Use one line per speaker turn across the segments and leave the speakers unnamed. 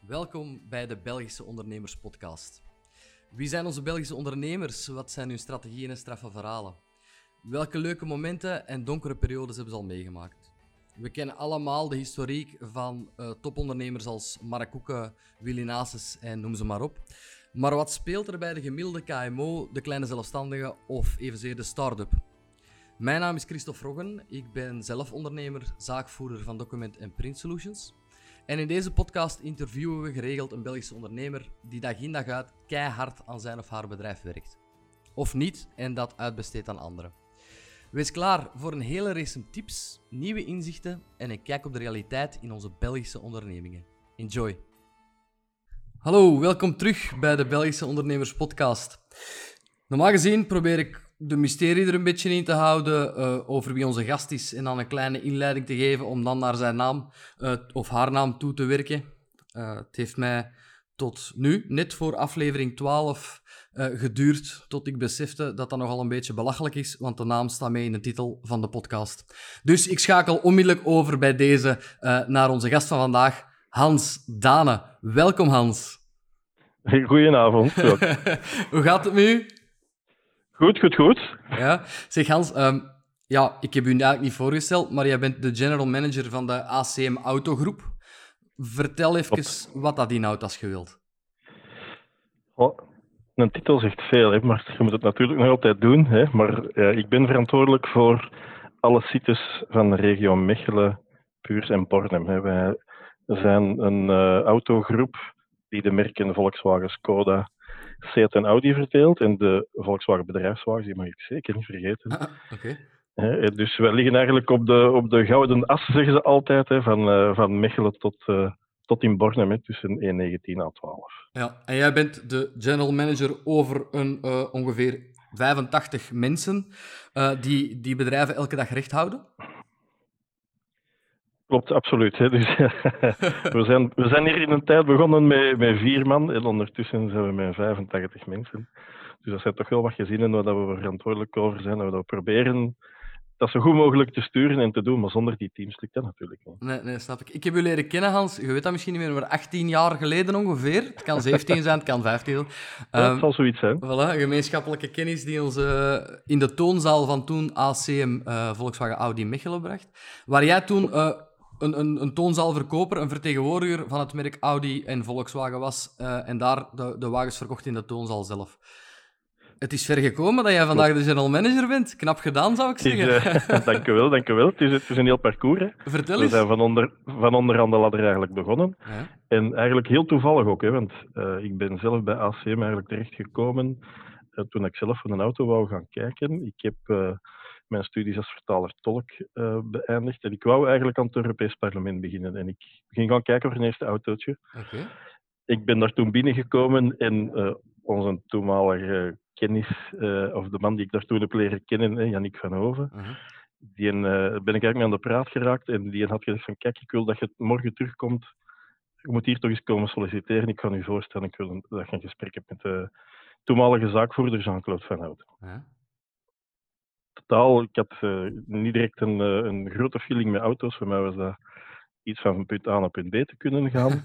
Welkom bij de Belgische Ondernemers Podcast. Wie zijn onze Belgische ondernemers? Wat zijn hun strategieën en straffe verhalen? Welke leuke momenten en donkere periodes hebben ze al meegemaakt? We kennen allemaal de historiek van topondernemers als Mark Koeken, Willy Nases en noem ze maar op. Maar wat speelt er bij de gemiddelde KMO, de kleine zelfstandige of evenzeer de start-up? Mijn naam is Christophe Roggen, ik ben zelf ondernemer, zaakvoerder van Document & Print Solutions. En in deze podcast interviewen we geregeld een Belgische ondernemer die dag in dag uit keihard aan zijn of haar bedrijf werkt. Of niet en dat uitbesteedt aan anderen. Wees klaar voor een hele race tips, nieuwe inzichten en een kijk op de realiteit in onze Belgische ondernemingen. Enjoy! Hallo, welkom terug bij de Belgische Ondernemers Podcast. Normaal gezien probeer ik de mysterie er een beetje in te houden over wie onze gast is en dan een kleine inleiding te geven om dan naar zijn naam of haar naam toe te werken. Het heeft mij tot nu, net voor aflevering 12, geduurd tot ik besefte dat dat nogal een beetje belachelijk is, want de naam staat mee in de titel van de podcast. Dus ik schakel onmiddellijk over bij deze naar onze gast van vandaag, Hans Dane. Welkom, Hans.
Goedenavond.
Hoe gaat het met u?
Goed.
Ja, zeg Hans, ik heb u eigenlijk niet voorgesteld, maar jij bent de general manager van de ACM Autogroep. Vertel even wat dat inhoudt als je wilt.
Een titel zegt veel, hè, maar je moet het natuurlijk nog altijd doen. Hè, maar ik ben verantwoordelijk voor alle sites van de regio Mechelen, Puurs en Bornem. Hè. Wij zijn een autogroep die de merken Volkswagen, Skoda, Seat en Audi verdeelt. En de Volkswagen bedrijfswagens, die mag ik zeker niet vergeten.
Okay.
Dus wij liggen eigenlijk op de gouden as, zeggen ze altijd, hè, van Mechelen tot in Bornem, hè, tussen 1,19 en 12.
Ja, en jij bent de general manager over ongeveer 85 mensen die bedrijven elke dag recht houden?
Klopt, absoluut. Hè. Dus, we zijn hier in een tijd begonnen met 4 man en ondertussen zijn we met 85 mensen. Dus dat zijn toch wel wat gezinnen waar we verantwoordelijk over zijn. Dat we proberen dat zo goed mogelijk te sturen en te doen, maar zonder die teams lukt dat natuurlijk niet.
Nee, snap ik. Ik heb u leren kennen, Hans. Je weet dat misschien niet meer, maar 18 jaar geleden ongeveer. Het kan 17 zijn, het kan 15 zijn.
Het zal zoiets zijn.
Voilà, gemeenschappelijke kennis die ons in de toonzaal van toen ACM Volkswagen Audi Mechelen bracht. Waar jij toen een toonzaalverkoper, een vertegenwoordiger van het merk Audi en Volkswagen was en daar de wagens verkocht in de toonzaal zelf. Het is ver gekomen dat jij vandaag de general manager bent. Knap gedaan, zou ik zeggen.
Dank u wel. Het is een heel parcours. Hè.
Vertel eens.
We zijn van onderaan de ladder eigenlijk begonnen.
Ja.
En eigenlijk heel toevallig ook, hè, want ik ben zelf bij ACM eigenlijk terechtgekomen toen ik zelf voor een auto wou gaan kijken. Ik heb mijn studies als vertaler-tolk beëindigd en ik wou eigenlijk aan het Europees Parlement beginnen. En ik ging gaan kijken voor een eerste autootje.
Okay.
Ik ben daar toen binnengekomen en onze toenmalige kennis, of de man die ik daar toen heb leren kennen, Yannick van Hoven, die ben ik eigenlijk mee aan de praat geraakt en die had gezegd van kijk, ik wil dat je morgen terugkomt, je moet hier toch eens komen solliciteren, ik kan u voorstellen, ik wil dat je een gesprek hebt met de toenmalige zaakvoerder Jean-Claude Van Houten. Totaal, ik had niet direct een grote feeling met auto's, voor mij was dat iets van punt A naar punt B te kunnen gaan.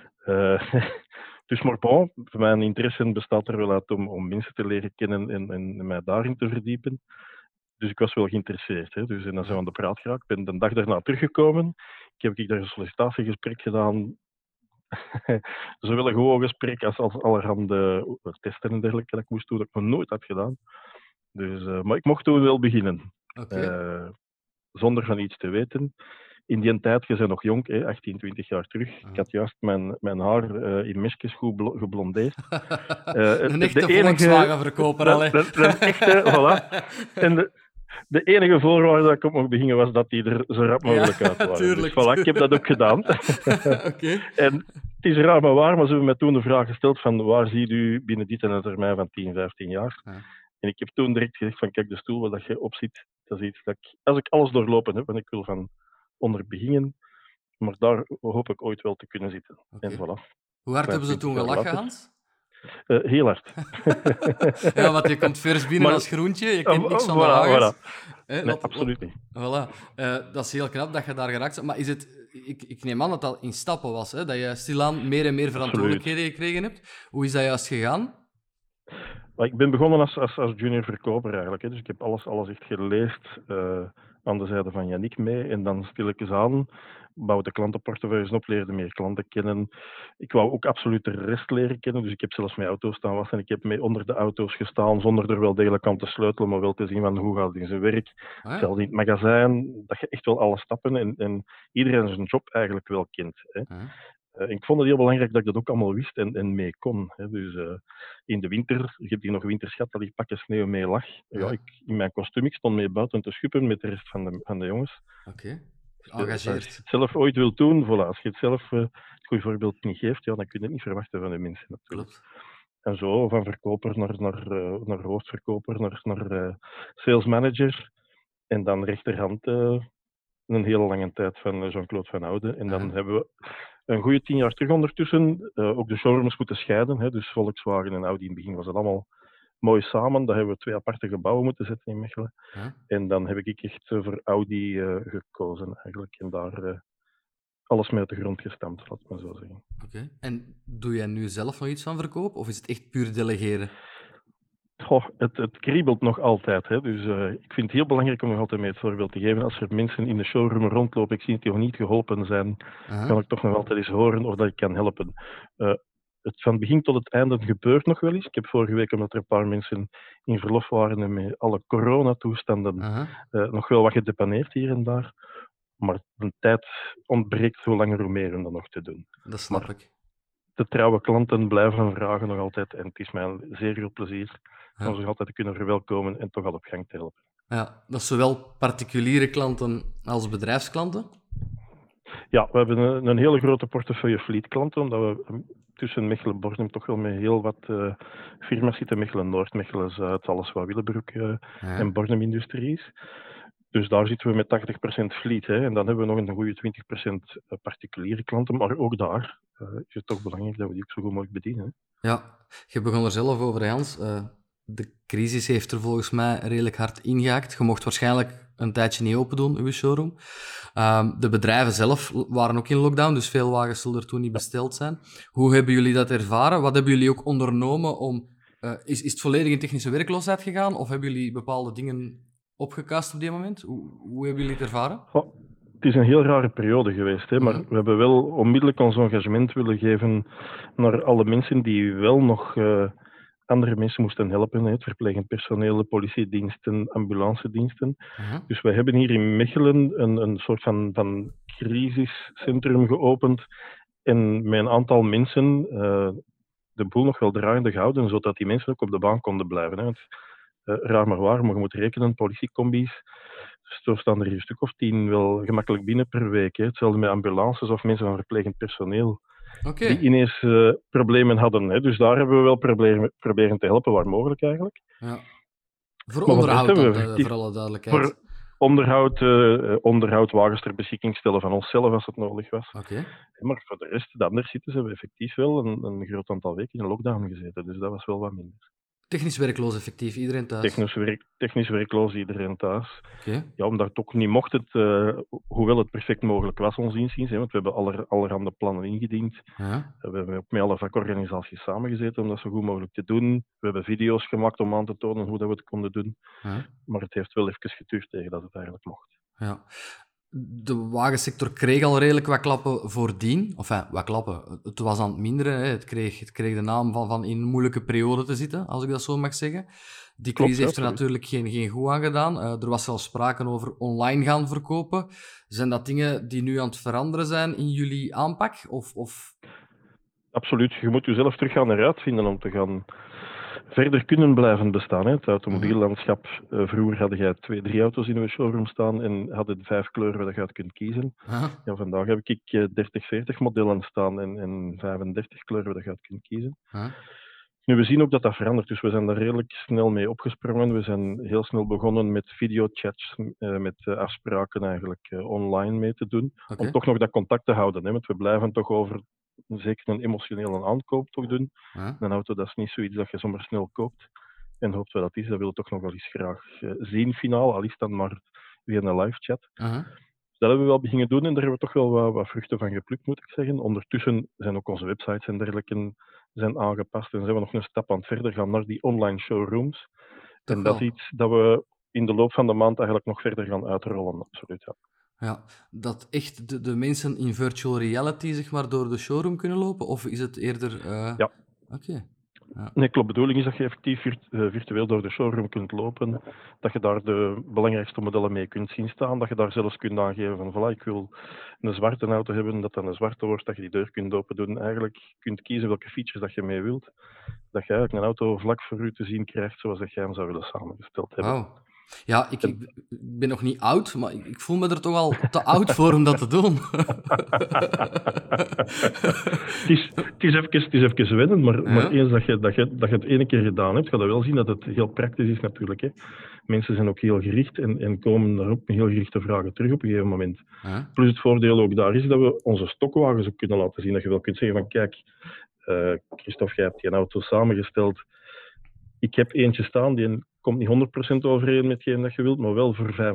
Dus maar bon, mijn interesse bestaat er wel uit om mensen te leren kennen en mij daarin te verdiepen. Dus ik was wel geïnteresseerd. Hè. Dus, en dan zijn we aan de praat geraakt. Ik ben de dag daarna teruggekomen. Ik heb daar een sollicitatiegesprek gedaan. Zowel een gewoon gesprek als allerhande testen en dergelijke dat ik moest doen, dat ik nog nooit had gedaan. Dus, maar ik mocht toen wel beginnen.
Okay.
Zonder van iets te weten. In die tijd, je bent nog jong, 18, 20 jaar terug. Ik had juist mijn haar in mesjes goed geblondeerd.
Een echte Volkswagen-verkoper, al.
Een echte, voilà. En de enige voorwaarde dat ik op mocht beginnen was dat die er zo rap mogelijk uit waren.
Tuurlijk.
Dus voilà, ik heb dat ook gedaan.
Okay.
En het is raar maar waar, maar ze hebben mij toen de vraag gesteld van waar ziet u binnen dit en een termijn van 10, 15 jaar? Ja. En ik heb toen direct gezegd van kijk, de stoel waar dat je op zit, dat is iets dat ik, als ik alles doorlopen heb, en ik wil van onder beginnen, maar daar hoop ik ooit wel te kunnen zitten.
Okay.
En voilà.
Hoe hard hebben ze toen gelachen, Hans?
Heel hard.
Ja, want je komt vers binnen als groentje, je kent niks van de wagens.
Voilà. Nee, absoluut niet.
Voilà. Dat is heel knap dat je daar geraakt bent. Maar is het ik neem aan dat dat in stappen was, hè? Dat je stilaan meer en meer verantwoordelijkheden gekregen hebt. Hoe is dat juist gegaan?
Maar ik ben begonnen als junior verkoper eigenlijk. Hè. Dus ik heb alles echt geleerd aan de zijde van Yannick mee. En dan stilletjes aan, bouwde klantenportefeuilles op, leerde meer klanten kennen. Ik wou ook absoluut de rest leren kennen. Dus ik heb zelfs mijn auto's staan wassen. Ik heb mee onder de auto's gestaan, zonder er wel degelijk aan te sleutelen, maar wel te zien van hoe gaat het in zijn werk.
Ah, ja.
Hetzelfde in het magazijn, dat je echt wel alle stappen en iedereen zijn job eigenlijk wel kent. Hè. Ik vond het heel belangrijk dat ik dat ook allemaal wist en mee kon. Hè. Dus in de winter, je hebt hier nog winterschat, dat ik pakken sneeuw mee lag. Ja, in mijn kostuum, ik stond mee buiten te schuppen met de rest van de jongens.
Oké.
Als je
Geëngageerd.
het zelf ooit wilt doen, voilà. Als je het zelf het goede voorbeeld niet geeft, ja, dan kun je het niet verwachten van de mensen natuurlijk.
Klopt.
En zo, van verkoper naar hoofdverkoper, naar sales manager. En dan rechterhand een hele lange tijd van Jean-Claude Van Oude. En dan hebben we een goede 10 jaar terug ondertussen ook de showrooms moeten scheiden. Hè. Dus Volkswagen en Audi in het begin was het allemaal mooi samen. Dan hebben we 2 aparte gebouwen moeten zetten in Mechelen. En dan heb ik echt voor Audi gekozen eigenlijk. En daar alles mee uit de grond gestampt, laat ik maar zo zeggen.
Oké. En doe jij nu zelf nog iets van verkoop? Of is het echt puur delegeren?
Goh, het kriebelt nog altijd. Hè. Dus ik vind het heel belangrijk om nog altijd mee het voorbeeld te geven. Als er mensen in de showroom rondlopen, ik zie die nog niet geholpen zijn, kan ik toch nog altijd eens horen of dat ik kan helpen. Het van begin tot het einde gebeurt nog wel eens. Ik heb vorige week, omdat er een paar mensen in verlof waren en met alle coronatoestanden, nog wel wat gedepaneerd hier en daar. Maar de tijd ontbreekt hoe langer hoe meer om dat nog te doen.
Dat snap ik.
De trouwe klanten blijven vragen nog altijd. En het is mij een zeer veel plezier om ze altijd te kunnen verwelkomen en toch al op gang te helpen.
Ja, dat is zowel particuliere klanten als bedrijfsklanten?
Ja, we hebben een hele grote portefeuille fleetklanten, omdat we tussen Mechelen en Bornem toch wel met heel wat firma's zitten. Mechelen Noord, Mechelen Zuid, alles wat Willebroek en Bornem Industries. Dus daar zitten we met 80% fleet. Hè. En dan hebben we nog een goede 20% particuliere klanten. Maar ook daar is het toch belangrijk dat we die ook zo goed mogelijk bedienen. Hè.
Ja, je begon er zelf over, Hans. De crisis heeft er volgens mij redelijk hard ingehaakt. Je mocht waarschijnlijk een tijdje niet open doen, uw showroom. De bedrijven zelf waren ook in lockdown, dus veel wagens zullen er toen niet besteld zijn. Hoe hebben jullie dat ervaren? Wat hebben jullie ook ondernomen om... Is het volledig in technische werkloosheid gegaan? Of hebben jullie bepaalde dingen opgekast op die moment? Hoe hebben jullie het ervaren?
Het is een heel rare periode geweest, hè, maar we hebben wel onmiddellijk ons engagement willen geven naar alle mensen die wel nog andere mensen moesten helpen. Hè, het verplegend personeel, de politiediensten, ambulancediensten. Dus wij hebben hier in Mechelen een soort van crisiscentrum geopend en met een aantal mensen de boel nog wel draaiende gehouden, zodat die mensen ook op de baan konden blijven. Hè. Want, raar maar waar, maar je moet rekenen, politiecombi's. Zo staan er hier een stuk of 10 wel gemakkelijk binnen per week. Hè. Hetzelfde met ambulances of mensen van verplegend personeel. Die ineens problemen hadden. Hè. Dus daar hebben we wel proberen te helpen waar mogelijk eigenlijk.
Ja. Voor onderhoud dan, voor alle duidelijkheid.
Voor onderhoud, wagens ter beschikking stellen van onszelf als het nodig was. Maar voor de rest, de andere zitters hebben we effectief wel een groot aantal weken in lockdown gezeten. Dus dat was wel wat minder.
Technisch werkloos effectief, iedereen thuis?
Technisch werkloos, iedereen thuis. Ja, omdat het ook niet mocht, hoewel het perfect mogelijk was, ons inziens. Want we hebben allerhande plannen ingediend. We hebben ook met alle vakorganisaties samengezeten om dat zo goed mogelijk te doen. We hebben video's gemaakt om aan te tonen hoe dat we het konden doen. Maar het heeft wel even geduurd tegen dat het eigenlijk mocht.
Ja. De wagensector kreeg al redelijk wat klappen voordien. Enfin, wat klappen. Het was aan het minderen. Hè. Het kreeg de naam van in een moeilijke periode te zitten, als ik dat zo mag zeggen. Die crisis heeft er natuurlijk geen goed aan gedaan. Er was zelfs sprake over online gaan verkopen. Zijn dat dingen die nu aan het veranderen zijn in jullie aanpak? Of...
Absoluut. Je moet jezelf terug gaan eruit vinden om te gaan verder kunnen blijven bestaan. Hè. Het automobiellandschap, vroeger had je 2, 3 auto's in je showroom staan en hadden 5 kleuren waar je uit kunt kiezen. Ja, vandaag heb ik 30, 40 modellen staan en 35 kleuren waar je uit kunt kiezen. Nu, we zien ook dat dat verandert, dus we zijn daar redelijk snel mee opgesprongen. We zijn heel snel begonnen met videochats, met afspraken eigenlijk online mee te doen, om toch nog dat contact te houden. Hè, want we blijven toch over zeker een emotionele aankoop toch doen. Een auto, dat is niet zoiets dat je zomaar snel koopt. En hoopt we dat is, dat wil je toch nog wel eens graag zien, finaal, al is dan maar via een live chat. Dus dat hebben we wel beginnen doen en daar hebben we toch wel wat vruchten van geplukt, moet ik zeggen. Ondertussen zijn ook onze websites en dergelijke zijn aangepast en zijn we nog een stap aan het verder gaan naar die online showrooms.
Toch
En dat is
wel.
iets dat we in de loop van de maand eigenlijk nog verder gaan uitrollen, absoluut. Ja.
Ja, dat echt de mensen in virtual reality zeg maar door de showroom kunnen lopen? Of is het eerder...
Ja.
Oké. Ja.
Nee, klopt. De bedoeling is dat je effectief virtueel door de showroom kunt lopen, dat je daar de belangrijkste modellen mee kunt zien staan, dat je daar zelfs kunt aangeven van voilà, ik wil een zwarte auto hebben, dat dan een zwarte wordt, dat je die deur kunt open doen. Eigenlijk kunt kiezen welke features dat je mee wilt, dat je eigenlijk een auto vlak voor u te zien krijgt zoals dat jij hem zou willen samengesteld hebben.
Wauw. Ja, ik ben nog niet oud, maar ik voel me er toch al te oud voor om dat te doen.
Het is even wennen, maar eens dat je het ene keer gedaan hebt, ga je wel zien dat het heel praktisch is natuurlijk. Hè. Mensen zijn ook heel gericht en komen daarop met heel gerichte vragen terug op een gegeven moment.
Ja.
Plus het voordeel ook daar is dat we onze stokwagens ook kunnen laten zien. Dat je wel kunt zeggen van kijk, Christophe, jij hebt die auto samengesteld. Ik heb eentje staan, die komt niet 100% overeen met hetgeen dat je wilt, maar wel voor 85%.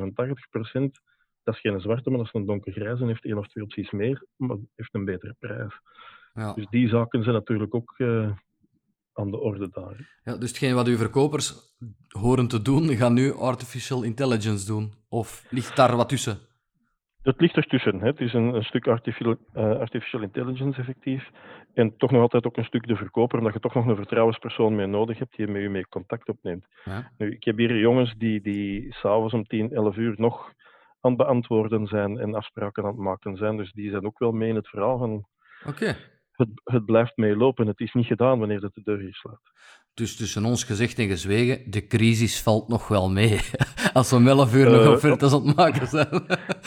Dat is geen zwarte, maar dat is een donkergrijze en heeft 1 of 2 opties meer, maar heeft een betere prijs.
Ja.
Dus die zaken zijn natuurlijk ook aan de orde daar.
Ja, dus hetgeen wat uw verkopers horen te doen, gaan nu artificial intelligence doen? Of ligt daar wat tussen?
Dat ligt ertussen. Hè. Het is een stuk artificial intelligence effectief. En toch nog altijd ook een stuk de verkoper, omdat je toch nog een vertrouwenspersoon mee nodig hebt die met je mee contact opneemt.
Ja.
Nu, ik heb hier jongens die s'avonds om 10, 11 uur nog aan het beantwoorden zijn en afspraken aan het maken zijn. Dus die zijn ook wel mee in het verhaal van
Oké.
het blijft meelopen. Het is niet gedaan wanneer de deur hier slaat.
Dus tussen ons gezegd en gezwegen, de crisis valt nog wel mee. Als we om 11 uur nog offertes aan het maken zijn.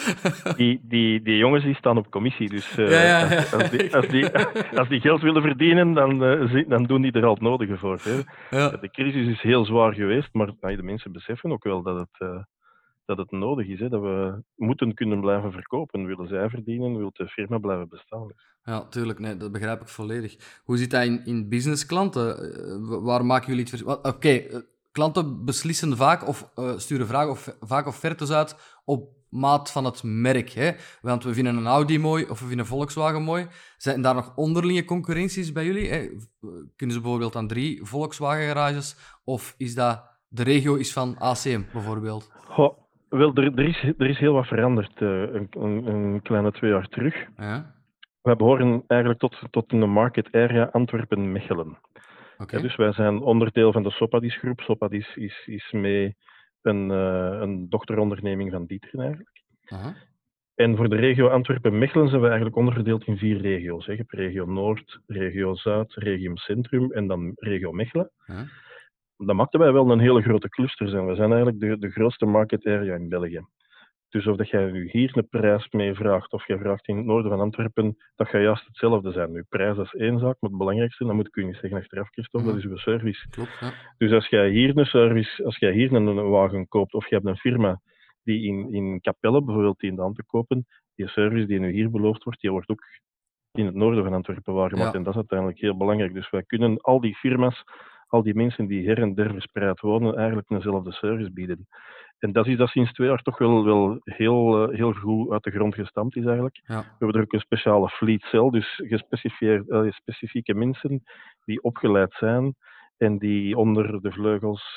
Die jongens die staan op commissie, dus
Ja.
als die geld willen verdienen, dan doen die er al het nodige voor. Hè.
Ja.
De crisis is heel zwaar geweest, maar de mensen beseffen ook wel dat het nodig is. Hè, dat we moeten kunnen blijven verkopen. Willen zij verdienen, wil de firma blijven bestaan.
Ja, tuurlijk. Nee, dat begrijp ik volledig. Hoe zit dat in businessklanten? Waar maken jullie het verschil? Oké, klanten beslissen vaak of sturen vaak offertes uit op maat van het merk. Hè? Want we vinden een Audi mooi of we vinden een Volkswagen mooi. Zijn daar nog onderlinge concurrenties bij jullie? Hè? Kunnen ze bijvoorbeeld aan 3 Volkswagen-garages? Of is dat de regio is van ACM bijvoorbeeld?
Goh, wel, er is heel wat veranderd een kleine 2 jaar terug.
Ja.
Wij behoren eigenlijk tot een market area Antwerpen-Mechelen.
Okay.
Ja, dus wij zijn onderdeel van de Sopadis-groep. Sopadis is mee een dochteronderneming van D'Ieteren eigenlijk.
Uh-huh.
En voor de regio Antwerpen-Mechelen zijn we eigenlijk onderverdeeld in 4 regio's. Je hebt regio Noord, regio Zuid, regio Centrum en dan regio Mechelen.
Uh-huh.
Dat maakt dat wij wel een hele grote cluster zijn. We zijn eigenlijk de grootste market area in België. Dus of dat jij nu hier een prijs mee vraagt, of jij vraagt in het noorden van Antwerpen, dat gaat juist hetzelfde zijn. Nu, prijs dat is één zaak, maar het belangrijkste, dat moet ik u niet zeggen achteraf, Christophe, dat is uw service.
Klopt, ja.
Dus als jij hier een wagen koopt, of je hebt een firma die in Capelle bijvoorbeeld die in de hand te kopen, die service die nu hier beloofd wordt, die wordt ook in het noorden van Antwerpen waargemaakt. Ja. En dat is uiteindelijk heel belangrijk. Dus wij kunnen al die firma's, al die mensen die her en der verspreid wonen, eigenlijk eenzelfde service bieden. En dat is dat sinds 2 jaar toch wel heel goed uit de grond gestampt is eigenlijk.
Ja.
We hebben er ook een speciale fleet cell, dus specifieke mensen die opgeleid zijn en die onder de vleugels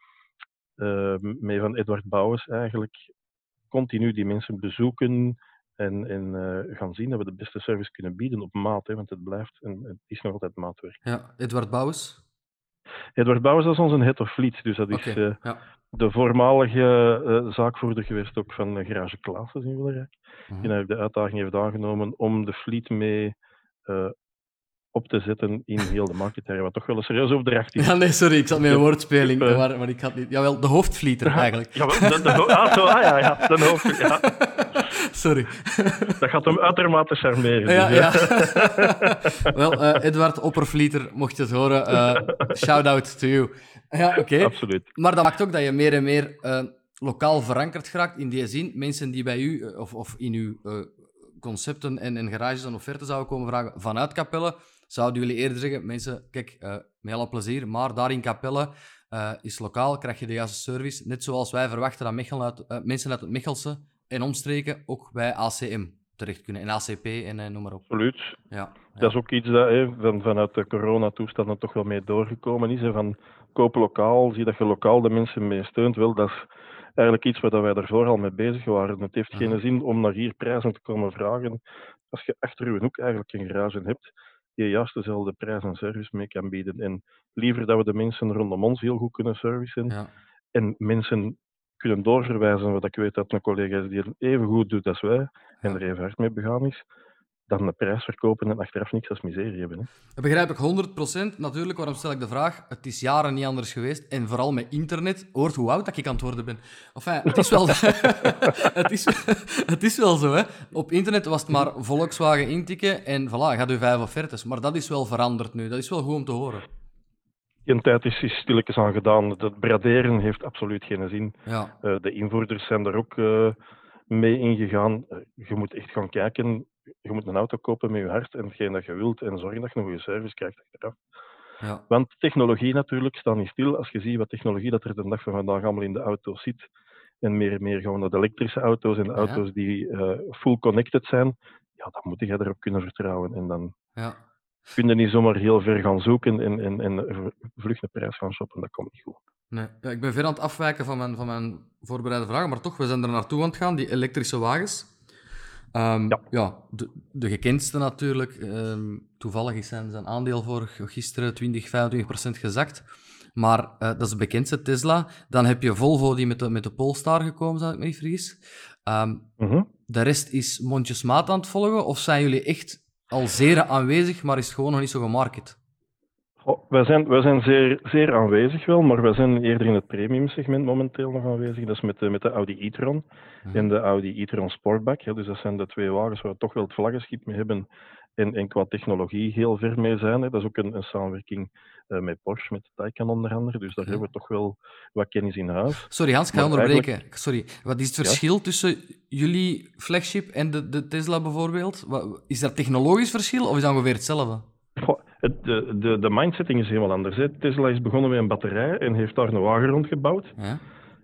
mee van Edward Bouwens eigenlijk continu die mensen bezoeken en gaan zien dat we de beste service kunnen bieden op maat, hè, want het blijft en het is nog altijd maatwerk.
Ja, Edward Bouwens?
Edward Bouwens is onze head of fleet, dus dat is de voormalige zaakvoerder geweest ook van Garage Klaassen in Wilrijk. Die eigenlijk de uitdaging heeft aangenomen om de fleet mee op te zetten in heel de market area, wat toch wel een serieuze opdracht is.
Ja, nee, sorry, ik zat met een woordspeling, maar ik had niet... Jawel, de hoofdflieter eigenlijk.
Jawel, de hoofdflieter, ja.
Sorry.
Dat gaat hem uitermate charmeren.
Ja, dus, ja. Wel, Edward Opperflieter, mocht je het horen, shout-out to you. Ja, oké.
Absoluut.
Maar dat maakt ook dat je meer en meer lokaal verankerd geraakt in die zin. Mensen die bij u, of in uw concepten en garages een offerte zouden komen vragen vanuit Capelle, zouden jullie eerder zeggen, mensen, kijk, met alle plezier, maar daar in Capelle is lokaal, krijg je de juiste service. Net zoals wij verwachten dat mensen uit het Mechelse en omstreken ook bij ACM terecht kunnen. En ACP en noem maar op.
Absoluut.
Ja.
Dat is ook iets dat vanuit de coronatoestanden toch wel mee doorgekomen is. Van koop lokaal, zie dat je lokaal de mensen mee steunt. Wel, dat is eigenlijk iets waar wij daarvoor al mee bezig waren. Het heeft geen zin om naar hier prijzen te komen vragen als je achter je hoek eigenlijk een garage hebt die juist dezelfde prijs en service mee kan bieden. En liever dat we de mensen rondom ons heel goed kunnen servicen en mensen kunnen doorverwijzen, wat ik weet dat mijn collega's die het even goed doet als wij en er even hard mee begaan is, dan de prijs verkopen en achteraf niks als miserie hebben. Hè.
Dat begrijp ik 100%. Natuurlijk, waarom stel ik de vraag? Het is jaren niet anders geweest. En vooral met internet. Hoort hoe oud dat ik aan het worden ben. Enfin, het is wel... het is wel zo, hè. Op internet was het maar Volkswagen intikken en voilà, gaat u 5 offertes. Maar dat is wel veranderd nu. Dat is wel goed om te horen.
Geen tijd is stilletjes aan gedaan. Dat braderen heeft absoluut geen zin.
Ja.
De invoerders zijn er ook mee ingegaan. Je moet echt gaan kijken. Je moet een auto kopen met je hart en hetgeen dat je wilt en zorgen dat je een goede service krijgt achteraf.
Ja.
Want technologie natuurlijk staat niet stil. Als je ziet wat technologie dat er de dag van vandaag allemaal in de auto's zit en meer en meer gaan we naar de elektrische auto's en de auto's die full connected zijn, ja, dan moet je erop kunnen vertrouwen. En dan kun je niet zomaar heel ver gaan zoeken en vlug een prijs gaan shoppen. Dat komt niet goed.
Nee. Ja, ik ben ver aan het afwijken van mijn voorbereide vragen, maar toch, we zijn er naartoe aan het gaan, die elektrische wagens. De gekendste natuurlijk. Toevallig is zijn aandeel gisteren 20-25% gezakt. Maar dat is de bekendste, Tesla. Dan heb je Volvo die met de Polestar gekomen, als ik me niet vergis. De rest is mondjesmaat aan het volgen? Of zijn jullie echt al zeer aanwezig, maar is het gewoon nog niet zo gemarket?
Wij zijn zeer, zeer aanwezig wel, maar wij zijn eerder in het premium segment momenteel nog aanwezig. Dat is met de Audi e-tron en de Audi e-tron Sportback. Dus dat zijn de twee wagens waar we toch wel het vlaggenschip mee hebben en qua technologie heel ver mee zijn. Dat is ook een samenwerking met Porsche, met Taycan onder andere. Dus daar hebben we toch wel wat kennis in huis.
Sorry Hans, ik ga onderbreken. Sorry. Wat is het verschil tussen jullie flagship en de Tesla bijvoorbeeld? Is dat technologisch verschil of is dat ongeveer hetzelfde?
De mindsetting is helemaal anders. Hè. Tesla is begonnen met een batterij en heeft daar een wagen rondgebouwd.
Ja.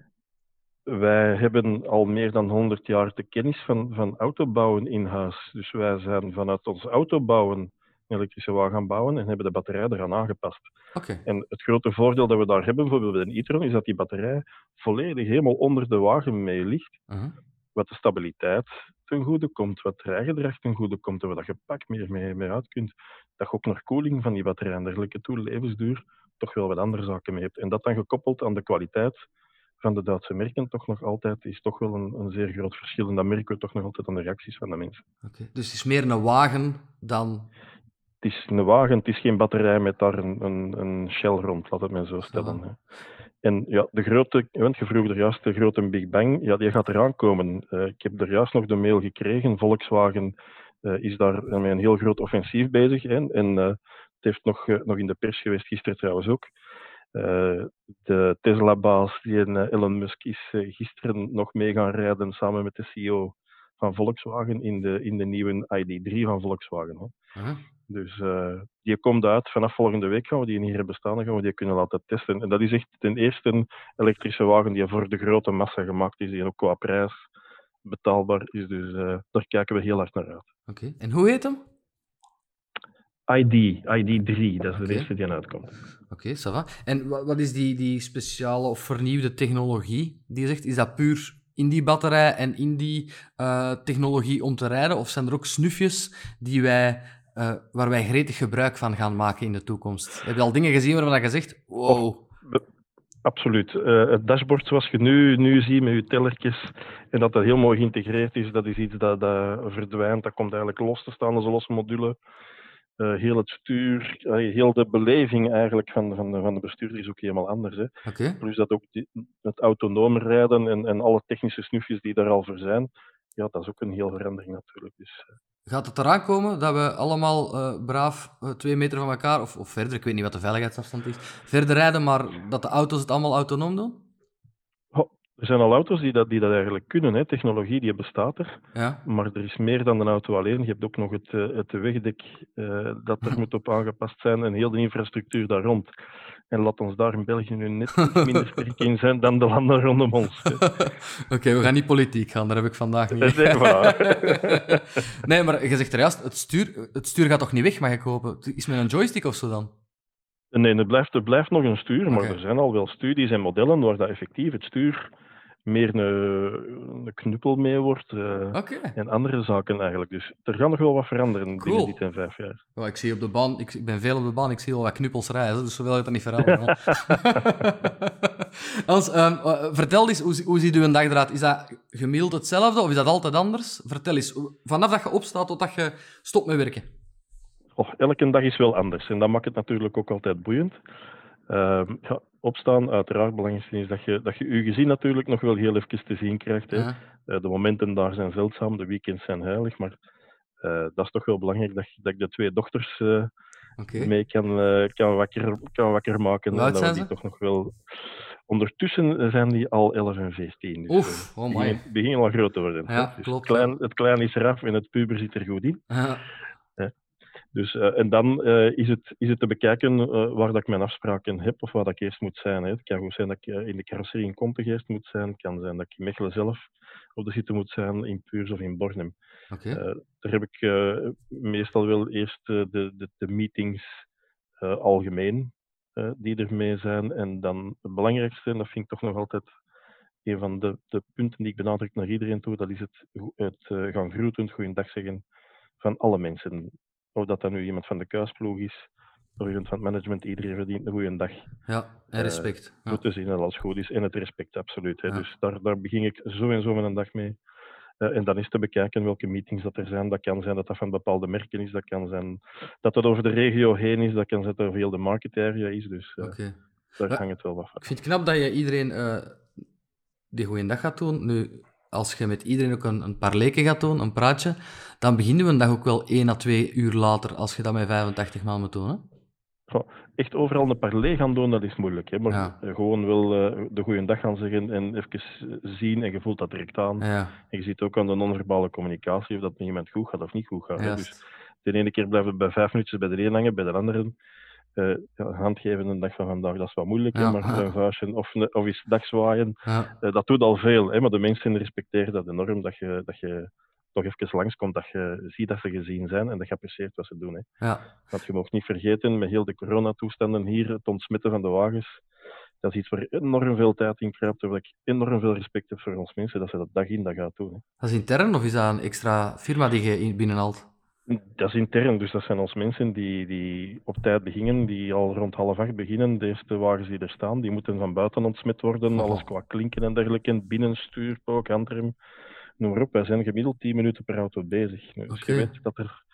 Wij hebben al meer dan 100 jaar de kennis van autobouwen in huis. Dus wij zijn vanuit ons autobouwen een elektrische wagen gaan bouwen en hebben de batterij eraan aangepast.
Okay.
En het grote voordeel dat we daar hebben, bijvoorbeeld bij een e-tron, is dat die batterij volledig helemaal onder de wagen mee ligt. Wat de stabiliteit ten goede komt, wat rijgedrag ten goede komt en wat je pak meer mee uit kunt. Dat je ook naar koeling van die batterij en dergelijke toe, levensduur, toch wel wat andere zaken mee hebt. En dat dan gekoppeld aan de kwaliteit van de Duitse merken toch nog altijd, is toch wel een zeer groot verschil. En dat merken we toch nog altijd aan de reacties van de mensen.
Okay. Dus het is meer een wagen dan...
Het is een wagen, het is geen batterij met daar een shell rond, laat het mij zo stellen. Ja. En ja, de grote, want je vroeg er juist de grote Big Bang, ja, die gaat eraan komen. Ik heb er juist nog de mail gekregen. Volkswagen is daar met een heel groot offensief bezig. En het heeft nog in de pers geweest, gisteren trouwens ook. De Tesla-baas, Elon Musk, is gisteren nog mee gaan rijden samen met de CEO van Volkswagen in de nieuwe ID3 van Volkswagen. Hè. Dus die komt uit. Vanaf volgende week gaan we die hier hebben staan. Dan gaan we die kunnen laten testen. En dat is echt ten eerste elektrische wagen die voor de grote massa gemaakt is. Die ook qua prijs betaalbaar is. Dus daar kijken we heel hard naar uit.
Oké. En hoe heet hem?
ID3. Dat is de eerste die aan uitkomt.
Oké, ça va. En wat is die speciale of vernieuwde technologie die je zegt? Is dat puur in die batterij en in die technologie om te rijden? Of zijn er ook snufjes die waar wij gretig gebruik van gaan maken in de toekomst? Heb je al dingen gezien waarvan je zegt, wow...
Absoluut. Het dashboard zoals je nu ziet met je tellertjes en dat heel mooi geïntegreerd is, dat is iets dat verdwijnt. Dat komt eigenlijk los te staan als een losse module. Heel het stuur, heel de beleving eigenlijk van de bestuurder is ook helemaal anders. Hè.
Okay.
Plus dat ook het autonoom rijden en alle technische snufjes die daar al voor zijn, ja, dat is ook een heel verandering natuurlijk. Dus,
Gaat het eraan komen dat we allemaal braaf 2 meter van elkaar, of verder, ik weet niet wat de veiligheidsafstand is, verder rijden, maar dat de auto's het allemaal autonoom doen?
Er zijn al auto's die dat eigenlijk kunnen. Hè. Technologie die bestaat er.
Ja.
Maar er is meer dan een auto alleen. Je hebt ook nog het wegdek dat er moet op aangepast zijn en heel de infrastructuur daar rond. En laat ons daar in België nu net iets minder sterk in zijn dan de landen rondom ons.
Oké, we gaan niet politiek gaan, daar heb ik vandaag niet.
Nee, voilà.
Nee, maar je zegt er juist, het stuur gaat toch niet weg, mag ik hopen? Is met een joystick of zo dan?
Nee, er blijft nog een stuur, maar
Oké.
er zijn al wel studies en modellen waar dat effectief het stuur meer een knuppel mee wordt
Oké.
en andere zaken eigenlijk. Dus er gaat nog wel wat veranderen
Cool.
binnen die 5 jaar.
Ja, ik zie op de baan, ik ben veel op de baan, ik zie wel wat knuppels reizen, dus zo wil je dat niet veranderen. Hans, vertel eens, hoe ziet uw dag eruit? Is dat gemiddeld hetzelfde of is dat altijd anders? Vertel eens, vanaf dat je opstaat tot dat je stopt met werken.
Elke dag is wel anders en dat maakt het natuurlijk ook altijd boeiend. Opstaan, uiteraard. Het belangrijkste is dat je je gezin natuurlijk nog wel heel even te zien krijgt. Hè.
Ja.
De momenten daar zijn zeldzaam, de weekends zijn heilig, maar dat is toch wel belangrijk dat ik de 2 dochters
Oké.
mee kan wakker maken.
Hoe oud
dat
zijn
we die
ze?
toch nog wel... Ondertussen zijn die al 11 en 14. Dus
Oef, oh my.
beginnen al groot te worden.
Ja,
Dus
klopt,
het klein is eraf en het puber zit er goed in.
Ja.
Dus, en dan is het te bekijken waar dat ik mijn afspraken heb of waar dat ik eerst moet zijn. Hè. Het kan goed zijn dat ik in de carrosserie in Compen eerst moet zijn. Het kan zijn dat ik in Mechelen zelf op de site moet zijn, in Puurs of in Bornem.
Oké.
Daar heb ik meestal wel eerst de meetings algemeen die ermee zijn. En dan het belangrijkste, en dat vind ik toch nog altijd een van de punten die ik benadruk naar iedereen toe, dat is het gaan groeten, goeiedag zeggen van alle mensen. Of dat nu iemand van de kuisploeg is, of iemand van het management, iedereen verdient een goede dag.
Ja, en respect. Ja.
Goed te zien dat alles goed is. En het respect, absoluut. Hè.
Ja.
Dus daar begin ik zo en zo met een dag mee. En dan is te bekijken welke meetings dat er zijn. Dat kan zijn dat dat van bepaalde merken is. Dat kan zijn dat dat over de regio heen is. Dat kan zijn dat het over heel de market area is. Dus
Oké.
daar
Ja,
hangt het wel wat van.
ik vind het knap dat je iedereen die goeiedag gaat doen. Nu, als je met iedereen ook een paar leken gaat doen, een praatje, dan beginnen we een dag ook wel 1 à 2 uur later, als je dat met 85 man moet doen. Hè?
Echt overal een parley gaan doen, dat is moeilijk. Hè? Maar
Ja.
gewoon wel de goeiedag gaan zeggen en even zien en je voelt dat direct aan.
Ja,
En je ziet ook aan de non-verbale communicatie of dat met iemand goed gaat of niet goed gaat. Hè?
juist.
Dus de ene keer blijven we bij 5 minuutjes bij de een hangen, bij de andere. Handgeven een dag van vandaag, dat is wat moeilijk. Hè?
Ja,
Maar
ja.
een vuistje of eens dagzwaaien,
Ja,
dat doet al veel. Hè? Maar de mensen respecteren dat enorm, dat je toch even langskomt, dat je ziet dat ze gezien zijn en dat je apprecieert wat ze doen. Hè?
ja.
Want je mag niet vergeten, met heel de coronatoestanden hier, het ontsmetten van de wagens, dat is iets waar enorm veel tijd in kruipt, waar ik enorm veel respect heb voor ons mensen, dat ze dat dag in dag uit doen. Hè.
Dat is intern of is dat een extra firma die je binnenhaalt?
Dat is intern, dus dat zijn ons mensen die op tijd beginnen, die al rond 7:30 beginnen. De eerste wagens die er staan, die moeten van buiten ontsmet worden, alles qua klinken en dergelijke, binnenstuur, ook handrem, noem maar op. Wij zijn gemiddeld 10 minuten per auto bezig. Dus
Oké.
je weet dat er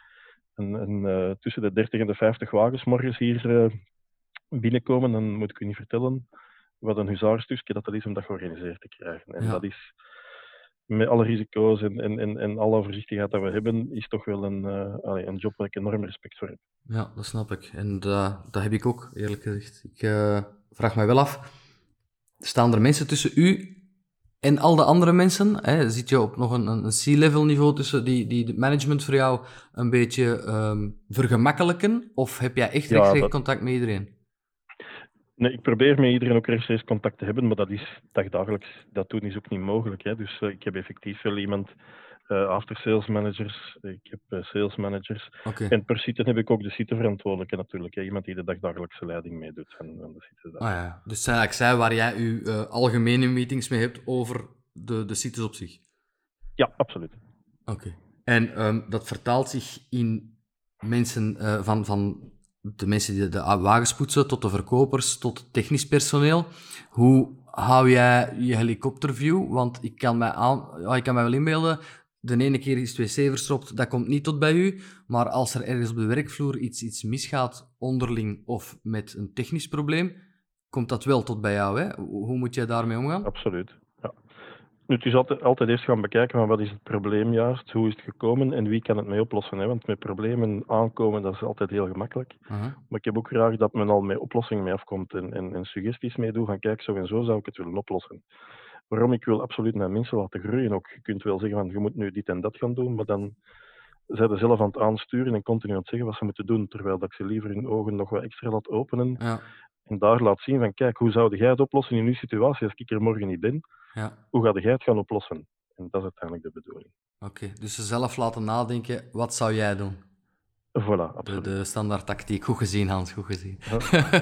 tussen de 30 en de 50 wagens morgens hier binnenkomen, dan moet ik u niet vertellen wat een huzarenstukje dat is om dat georganiseerd te krijgen. En
Ja.
dat is, met alle risico's en alle voorzichtigheid dat we hebben, is toch wel een job waar ik enorm respect voor heb.
Ja, dat snap ik. En dat heb ik ook, eerlijk gezegd. Ik vraag me wel af, staan er mensen tussen u en al de andere mensen? Hè? Zit je op nog een C-level niveau tussen die het management voor jou een beetje vergemakkelijken? Of heb jij echt
Ja,
rechtstreeks contact met iedereen?
Nee, ik probeer met iedereen ook rechtstreeks contact te hebben, maar dat is dagdagelijks. Dat doen is ook niet mogelijk. Hè. Dus ik heb effectief wel iemand, after sales managers, ik heb sales managers.
Oké.
En per site heb ik ook de siteverantwoordelijke natuurlijk. Hè. Iemand die de dagdagelijkse leiding meedoet van de site.
Ah ja, dus het zijn eigenlijk zij waar jij je algemene meetings mee hebt over de sites op zich?
Ja, absoluut.
Oké. En dat vertaalt zich in mensen van de mensen die de wagens poetsen, tot de verkopers, tot technisch personeel. Hoe hou jij je helikopterview? Want ik kan mij wel inbeelden, de ene keer is het wc verstopt, dat komt niet tot bij u. Maar als er ergens op de werkvloer iets misgaat, onderling of met een technisch probleem, komt dat wel tot bij jou. Hè? Hoe moet jij daarmee omgaan?
Absoluut. Ja. Nu, het is altijd eerst gaan bekijken van wat is het probleem juist, hoe is het gekomen en wie kan het mee oplossen. Hè? Want met problemen aankomen, dat is altijd heel gemakkelijk.
Uh-huh.
Maar ik heb ook graag dat men al met oplossingen mee afkomt en suggesties mee doet van kijk, zo en zo zou ik het willen oplossen. Waarom? Ik wil absoluut mijn mensen laten groeien. Ook, je kunt wel zeggen van, je moet nu dit en dat gaan doen, maar dan zijn ze zelf aan het aansturen en continu aan het zeggen wat ze moeten doen, terwijl dat ik ze liever hun ogen nog wat extra laat openen
Ja.
en daar laat zien van, kijk, hoe zou jij het oplossen in uw situatie als ik er morgen niet ben?
Ja.
Hoe ga jij het gaan oplossen? En dat is uiteindelijk de bedoeling.
Oké, dus ze zelf laten nadenken, wat zou jij doen?
Voilà, absoluut.
De standaard tactiek. Goed gezien, Hans, goed gezien.
Ja.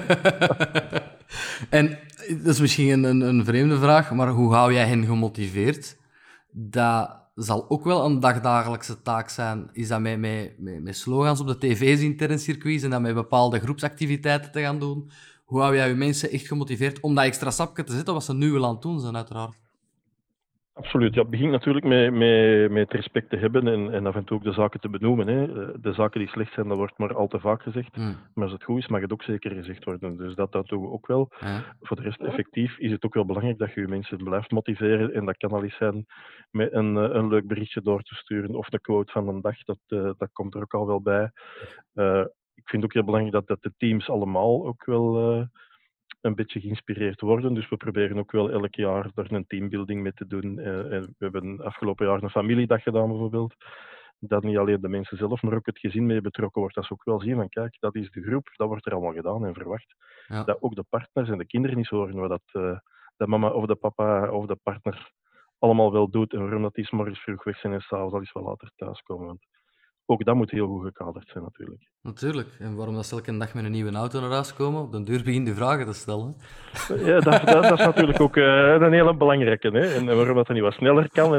En dat is misschien een vreemde vraag, maar hoe hou jij hen gemotiveerd? Dat zal ook wel een dagdagelijkse taak zijn. Is dat met slogans op de tv's intern circuits en dat met bepaalde groepsactiviteiten te gaan doen? Hoe hou jij je mensen echt gemotiveerd om dat extra stapje te zetten, wat ze nu wel aan het doen zijn, uiteraard?
Absoluut. Ja, het begint natuurlijk met respect te hebben en af en toe ook de zaken te benoemen. Hè. De zaken die slecht zijn, dat wordt maar al te vaak gezegd. Maar als het goed is, mag het ook zeker gezegd worden. Dus dat doen we ook wel.
Ja.
Voor de rest, effectief is het ook wel belangrijk dat je je mensen blijft motiveren. En dat kan al eens zijn met een leuk berichtje door te sturen of de quote van een dag. Dat komt er ook al wel bij. Ik vind het ook heel belangrijk dat de teams allemaal ook wel een beetje geïnspireerd worden. Dus we proberen ook wel elk jaar daar een teambuilding mee te doen. We hebben afgelopen jaar een familiedag gedaan bijvoorbeeld. Dat niet alleen de mensen zelf, maar ook het gezin mee betrokken wordt. Dat ze ook wel zien van kijk, dat is de groep, dat wordt er allemaal gedaan en verwacht.
Ja.
Dat ook de partners en de kinderen eens horen wat dat mama of de papa of de partner allemaal wel doet. En waarom dat die 's morgens vroeg weg zijn en s'avonds al eens wat later thuiskomen. Want ook dat moet heel goed gekaderd zijn natuurlijk.
Natuurlijk. En waarom dat ze elke dag met een nieuwe auto naar huis komen? Op den duur begin je vragen te stellen.
Ja, dat is natuurlijk ook een hele belangrijke. Hè? En waarom dat niet wat sneller kan.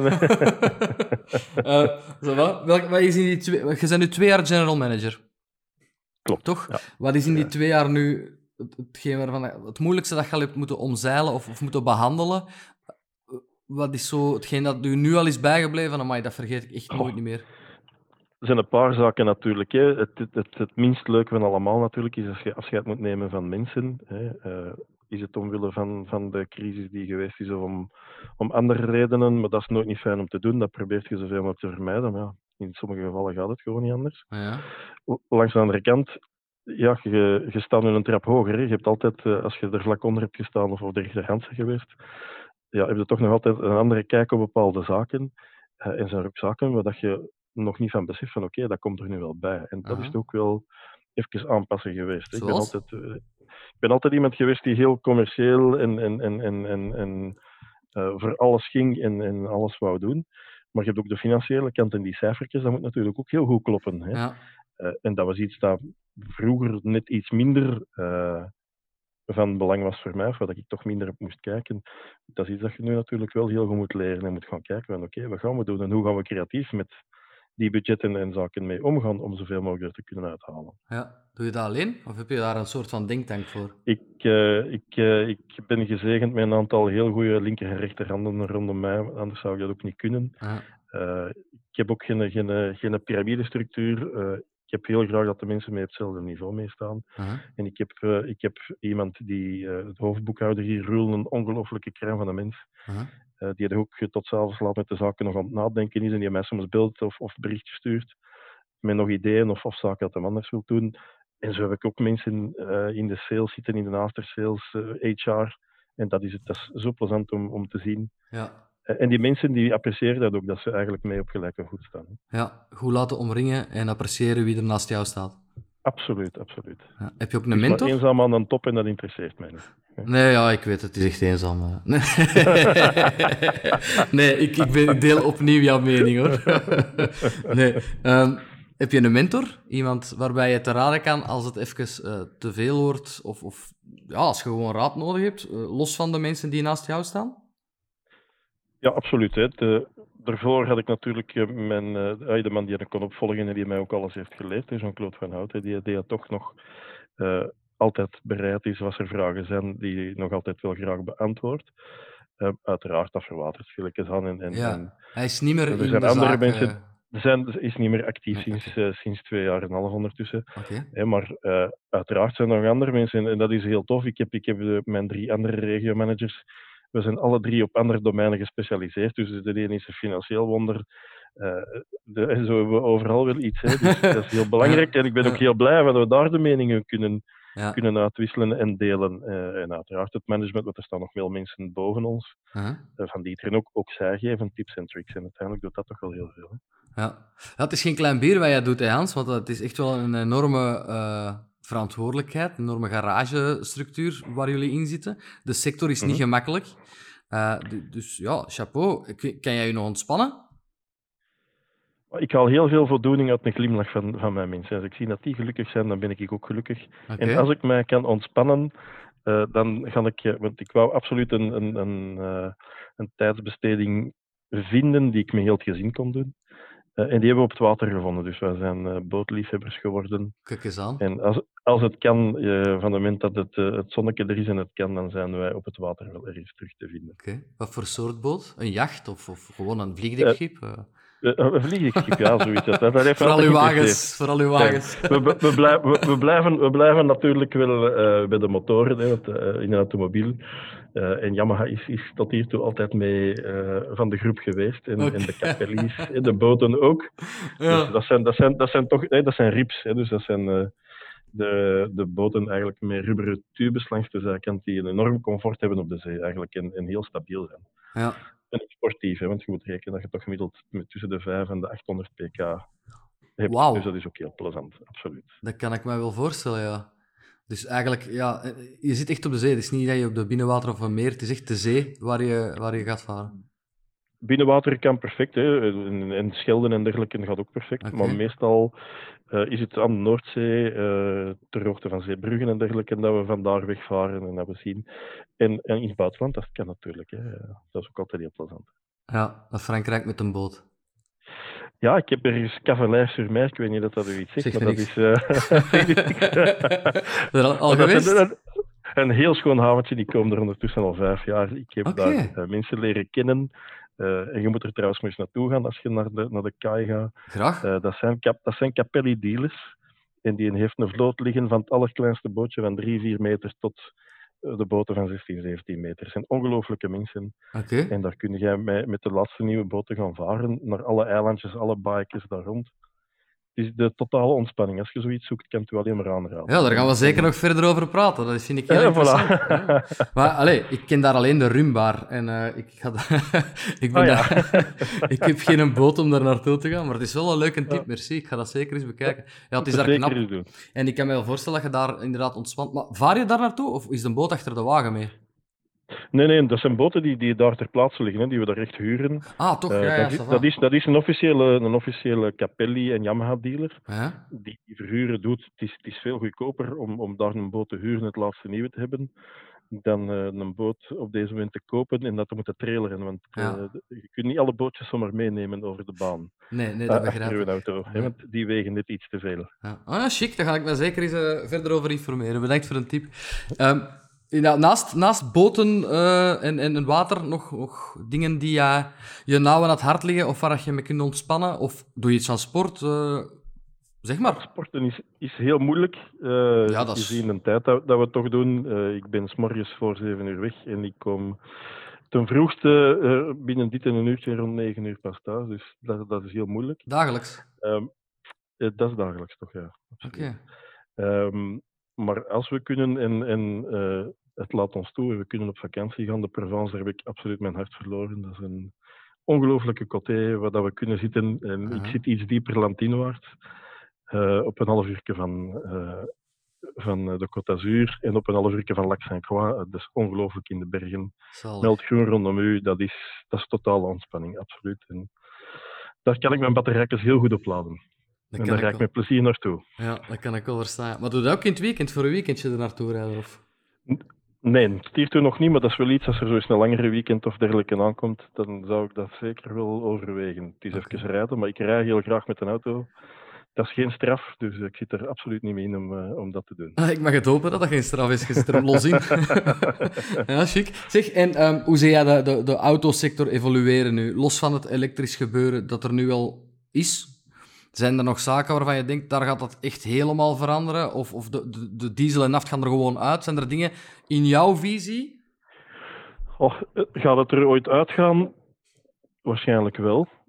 Wat is in die je bent nu 2 jaar general manager.
Klopt.
Toch?
Ja.
Wat is in die 2 jaar nu het moeilijkste dat je al hebt moeten omzeilen of moeten behandelen? Wat is zo hetgeen dat u nu al is bijgebleven? Amai, dat vergeet ik echt nooit niet meer.
Er zijn een paar zaken natuurlijk. Hè. Het minst leuke van allemaal natuurlijk is als je afscheid moet nemen van mensen. Hè. Is het omwille van de crisis die geweest is of om andere redenen, maar dat is nooit niet fijn om te doen. Dat probeert je zoveel mogelijk te vermijden. Maar ja, in sommige gevallen gaat het gewoon niet anders.
Ja.
Langs de andere kant, ja, je staat nu een trap hoger. Hè. Je hebt altijd, als je er vlak onder hebt gestaan of de rechterhand bent geweest, ja, heb je toch nog altijd een andere kijk op bepaalde zaken. En zijn er ook zaken waar dat je nog niet van beseft van oké, dat komt er nu wel bij. En dat is ook wel even aanpassen geweest. Ik ben altijd iemand geweest die heel commercieel en voor alles ging en alles wou doen. Maar je hebt ook de financiële kant en die cijfertjes, dat moet natuurlijk ook heel goed kloppen. Hè?
Ja.
En dat was iets dat vroeger net iets minder van belang was voor mij, of waar ik toch minder op moest kijken. Dat is iets dat je nu natuurlijk wel heel goed moet leren en moet gaan kijken van oké, wat gaan we doen en hoe gaan we creatief met die budgetten en zaken mee omgaan om zoveel mogelijk er te kunnen uithalen.
Ja. Doe je dat alleen? Of heb je daar een soort van denktank voor?
Ik ben gezegend met een aantal heel goede linker- en rechterhanden rondom mij, anders zou ik dat ook niet kunnen.
Ja.
Ik heb ook geen piramidestructuur. Ik heb heel graag dat de mensen mee op hetzelfde niveau meestaan. En ik heb iemand die, het hoofdboekhouder hier, Roel, een ongelooflijke crème van de mens. Die er ook tot 's avonds laat met de zaken nog aan het nadenken is en die mij soms beeldt of berichtjes stuurt met nog ideeën of zaken dat hij anders wil doen. En zo heb ik ook mensen in de sales zitten, in de aftersales, HR. En dat is zo plezant om te zien.
Ja.
En die mensen die appreciëren dat ook, dat ze eigenlijk mee op gelijke voet staan.
Ja, goed laten omringen en appreciëren wie er naast jou staat.
Absoluut.
Ja. Heb je ook een mentor?
Ik ben eenzaam aan de top en dat interesseert mij niet.
Nee, ja, ik weet het. Het is echt eenzaam. Nee, ik deel opnieuw jouw mening, hoor. Nee. Heb je een mentor? Iemand waarbij je te raden kan als het even te veel wordt? Of ja, als je gewoon raad nodig hebt, los van de mensen die naast jou staan?
Ja, absoluut. Hè. Daarvoor had ik natuurlijk de man die ik kon opvolgen en die mij ook alles heeft geleerd, Jean-Claude Van Hout, die toch nog altijd bereid is als er vragen zijn, die nog altijd wel graag beantwoordt. Uiteraard, dat verwatert stilletjes aan.
Hij is niet meer in
er zijn
de
andere
zaak,
mensen, is niet meer actief sinds 2 jaar en een half ondertussen.
Okay.
Maar uiteraard zijn er nog andere mensen en dat is heel tof. Ik heb mijn 3 andere regiomanagers. We zijn alle 3 op andere domeinen gespecialiseerd. Dus de ene is een financieel wonder. Zo hebben we overal wel iets. Hè. Dus dat is heel belangrijk. En ik ben ook heel blij dat we daar de meningen kunnen
Ja.
kunnen uitwisselen en delen. En uiteraard het management, want er staan nog veel mensen boven ons, van die er ook zij geven tips en tricks. En uiteindelijk doet dat toch wel heel veel. Hè?
Ja. Ja, het is geen klein bier wat jij doet, hè, Hans, want het is echt wel een enorme verantwoordelijkheid, een enorme garagestructuur waar jullie in zitten. De sector is niet gemakkelijk. Dus ja, chapeau. Kan jij je nog ontspannen?
Ik haal heel veel voldoening uit een glimlach van mijn mensen. Als ik zie dat die gelukkig zijn, dan ben ik ook gelukkig.
Okay.
En als ik mij kan ontspannen, dan ga ik... Want ik wou absoluut een tijdsbesteding vinden die ik met heel het gezin kon doen. En die hebben we op het water gevonden. Dus wij zijn bootliefhebbers geworden.
Kijk eens aan.
En als het kan, van het moment dat het zonnetje er is en het kan, dan zijn wij op het water wel ergens terug te vinden.
Okay. Wat voor soort boot? Een jacht of gewoon een vliegdekschip?
Een vliegdekschip, ja, zoiets. Dat heeft
voor al uw wagens. Voor al uw wagens.
We blijven natuurlijk wel bij de motoren, hè, want, in een automobiel. En Yamaha is tot hiertoe altijd mee van de groep geweest. En de Capelli's, de boten ook. Ja. Dus dat zijn rips. Hè, dus dat zijn de boten eigenlijk met rubberen tubes langs de zijkant die een enorm comfort hebben op de zee eigenlijk en heel stabiel zijn.
Ja.
En ook sportief, hè, want je moet rekenen dat je toch gemiddeld tussen de 5 en de 800 pk hebt.
Wow.
Dus dat is ook heel plezant, absoluut.
Dat kan ik me wel voorstellen, ja. Dus eigenlijk, ja, je zit echt op de zee. Het is niet dat je op de binnenwater of een meer, het is echt de zee waar je gaat varen.
Binnenwater kan perfect, hè. En Schelden en dergelijke gaat ook perfect. Okay. Maar meestal is het aan de Noordzee, ter hoogte van Zeebruggen en dergelijke, dat we vandaar wegvaren en dat we zien. En in het buitenland, dat kan natuurlijk. Hè. Dat is ook altijd heel plezant.
Ja, naar Frankrijk met een boot.
Ja, ik heb ergens Cavalaire-sur-Mer, ik weet niet dat u iets zegt, maar dat is...
al geweest?
Een heel schoon haventje, die komen er ondertussen al 5 jaar. Ik heb daar mensen leren kennen. En je moet er trouwens maar eens naartoe gaan als je naar de kaai gaat.
Graag.
Dat zijn Capelli-dealers. En die heeft een vloot liggen van het allerkleinste bootje van 3-4 meter tot de boten van 16, 17 meter. Het zijn ongelooflijke mensen.
Okay.
En daar kun je met de laatste nieuwe boten gaan varen, naar alle eilandjes, alle baaijes daar rond. Het is de totale ontspanning. Als je zoiets zoekt, kan het u alleen maar aanraden.
Ja, daar gaan we zeker nog verder over praten. Dat vind ik heel interessant. Voilà. Ja. Maar ik ken daar alleen de rumbar. En ik heb geen boot om daar naartoe te gaan. Maar het is wel een leuke tip, merci. Ik ga dat zeker eens bekijken. Ja, het is daar knap. En ik kan me wel voorstellen dat je daar inderdaad ontspant. Maar vaar je daar naartoe? Of is de boot achter de wagen mee?
Nee, dat zijn boten die daar ter plaatse liggen, hè, die we daar echt huren.
Ah, toch?
Dat is een officiële Capelli en Yamaha dealer. Die verhuren doet. Het is veel goedkoper om daar een boot te huren, het laatste nieuwe te hebben, dan een boot op deze moment te kopen en dat te moeten traileren. Want je kunt niet alle bootjes zomaar meenemen over de baan.
Nee, dat begrijp ik.
Auto, hè, want die wegen net iets te veel.
Ja. Ah, chic. Daar ga ik me zeker eens verder over informeren. Bedankt voor een tip. Naast boten en water nog dingen die je nauw aan het hart liggen of waar je mee kunt ontspannen? Of doe je iets aan sport? Zeg maar.
Sporten is heel moeilijk. Gezien de tijd dat we het toch doen. Ik ben 's morgens voor 7 uur weg en ik kom ten vroegste binnen dit en een uurtje rond 9 uur pas thuis. Dus dat is heel moeilijk.
Dagelijks?
Dat is dagelijks toch, ja.
Oké.
Maar als we kunnen en het laat ons toe, we kunnen op vakantie gaan. De Provence, daar heb ik absoluut mijn hart verloren. Dat is een ongelooflijke côté waar dat we kunnen zitten. En ik zit iets dieper landinwaarts. Op een half uurtje van de Côte d'Azur en op een half uurtje van Lac Saint-Croix. Dat is ongelooflijk in de bergen. Meld groen rondom u, dat is totale ontspanning, absoluut. En daar kan ik mijn batterijtjes heel goed op laden. En daar ga ik met plezier naartoe.
Ja, dat kan ik wel verstaan. Maar doe dat ook in het weekend, voor een weekendje er naartoe rijden? Of?
Nee, het hiertoe nog niet, maar dat is wel iets, als er zo eens een langere weekend of dergelijke aankomt, dan zou ik dat zeker wel overwegen. Het is even rijden, maar ik rij heel graag met een auto. Dat is geen straf, dus ik zit er absoluut niet mee in om dat te doen.
Ik mag het hopen dat dat geen straf is. Je zit er los in. Ja, chic. Zeg, en hoe zie jij de autosector evolueren nu? Los van het elektrisch gebeuren dat er nu al is, zijn er nog zaken waarvan je denkt, daar gaat dat echt helemaal veranderen? Of de diesel en naft gaan er gewoon uit? Zijn er dingen in jouw visie?
Gaat het er ooit uitgaan? Waarschijnlijk wel.